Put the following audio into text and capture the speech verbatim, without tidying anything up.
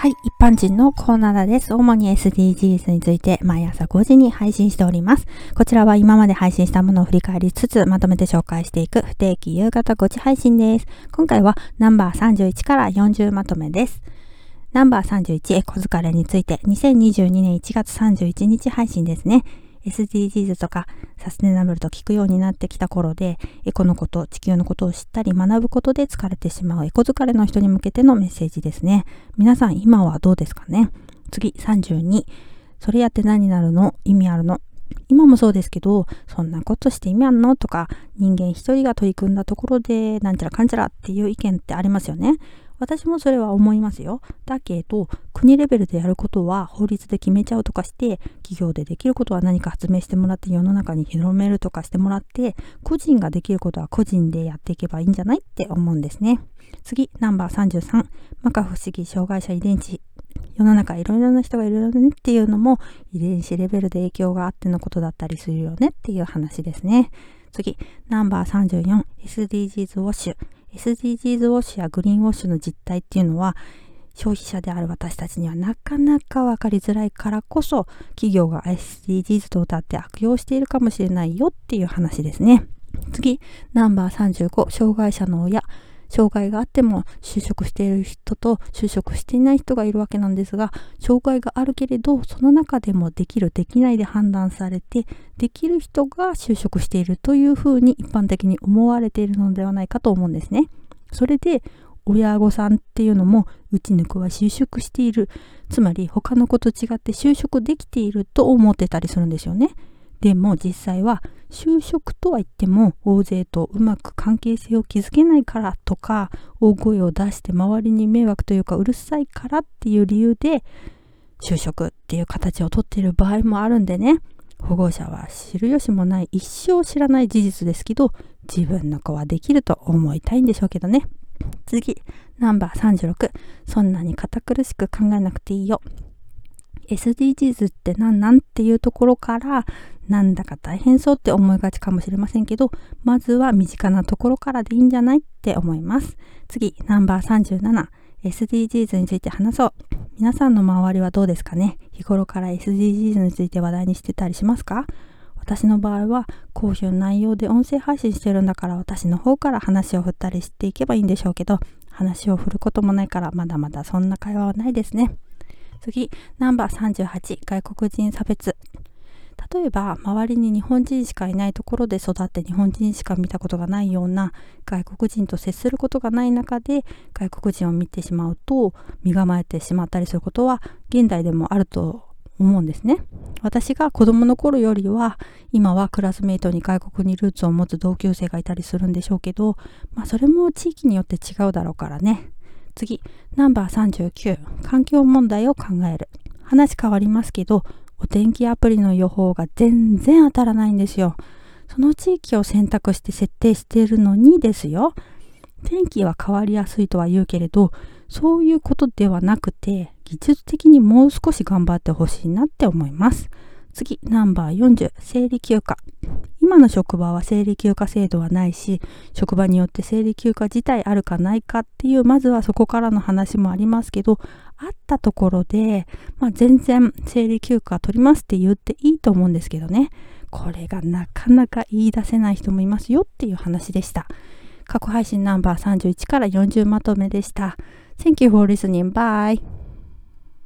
はい、一般人のコーナーです。主に エスディージーズ について毎朝ごじに配信しております。こちらは今まで配信したものを振り返りつつまとめて紹介していく不定期夕方ごじ配信です。今回はナンバーさんじゅういちからよんじゅうまとめです。ナンバーさんじゅういちエコ疲れについてにせんにじゅうにねんいちがつさんじゅういちにち配信ですね。エスディージーズ とかサステナブルと聞くようになってきた頃で、エコのこと、地球のことを知ったり学ぶことで疲れてしまうエコ疲れの人に向けてのメッセージですね。皆さん今はどうですかね。次さんじゅうに、それやって何になるの？意味あるの？今もそうですけど、そんなことして意味あんのとか、人間一人が取り組んだところでなんちゃらかんちゃらっていう意見ってありますよね。私もそれは思いますよ。だけど国レベルでやることは法律で決めちゃうとかして、企業でできることは何か発明してもらって世の中に広めるとかしてもらって、個人ができることは個人でやっていけばいいんじゃないって思うんですね。次ナンバーさんじゅうさん、摩訶不思議障害者遺伝子。世の中いろいろな人がいるよねっていうのも遺伝子レベルで影響があってのことだったりするよねっていう話ですね。次ナンバーさんじゅうよん、 エスディージーズ ウォッシュ。 エスディージーズ ウォッシュやグリーンウォッシュの実態っていうのは消費者である私たちにはなかなか分かりづらいからこそ、企業が エスディージーズ と謳って悪用しているかもしれないよっていう話ですね。次ナンバーさんじゅうご、障害者の親。障害があっても就職している人と就職していない人がいるわけなんですが、障害があるけれどその中でもできるできないで判断されて、できる人が就職しているというふうに一般的に思われているのではないかと思うんですね。それで親御さんっていうのもうちの子は就職している、つまり他の子と違って就職できていると思ってたりするんですよね。でも実際は就職とは言っても大勢とうまく関係性を築けないからとか、大声を出して周りに迷惑というかうるさいからっていう理由で就職っていう形をとっている場合もあるんでね、保護者は知る由もない、一生知らない事実ですけど、自分の子はできると思いたいんでしょうけどね。次ナンバーさんじゅうろく、そんなに堅苦しく考えなくていいよ。 エスディージーズ って何なんっていうところから、なんだか大変そうって思いがちかもしれませんけど、まずは身近なところからでいいんじゃないって思います。次ナンバーさんじゅうなな、 エスディージーズ について話そう。皆さんの周りはどうですかね。日頃から エスディージーズ について話題にしてたりしますか？私の場合はこういう内容で音声配信してるんだから、私の方から話を振ったりしていけばいいんでしょうけど、話を振ることもないからまだまだそんな会話はないですね。次ナンバーさんじゅうはち、外国人差別。例えば周りに日本人しかいないところで育って日本人しか見たことがないような、外国人と接することがない中で外国人を見てしまうと身構えてしまったりすることは現代でもあると思うんですね。私が子供の頃よりは今はクラスメイトに外国にルーツを持つ同級生がいたりするんでしょうけど、まあそれも地域によって違うだろうからね。次ナンバーさんじゅうきゅう、環境問題を考える。話変わりますけど、お天気アプリの予報が全然当たらないんですよ。その地域を選択して設定しているのにですよ。天気は変わりやすいとは言うけれど、そういうことではなくて技術的にもう少し頑張ってほしいなって思います。次ナンバーよんじゅう、生理休暇。今の職場は生理休暇制度はないし、職場によって生理休暇自体あるかないかっていう、まずはそこからの話もありますけど、あったところで、まあ、全然生理休暇取りますって言っていいと思うんですけどね、これがなかなか言い出せない人もいますよっていう話でした。過去配信ナンバーさんじゅういちからよんじゅうまとめでした。Thank you for listening. Bye.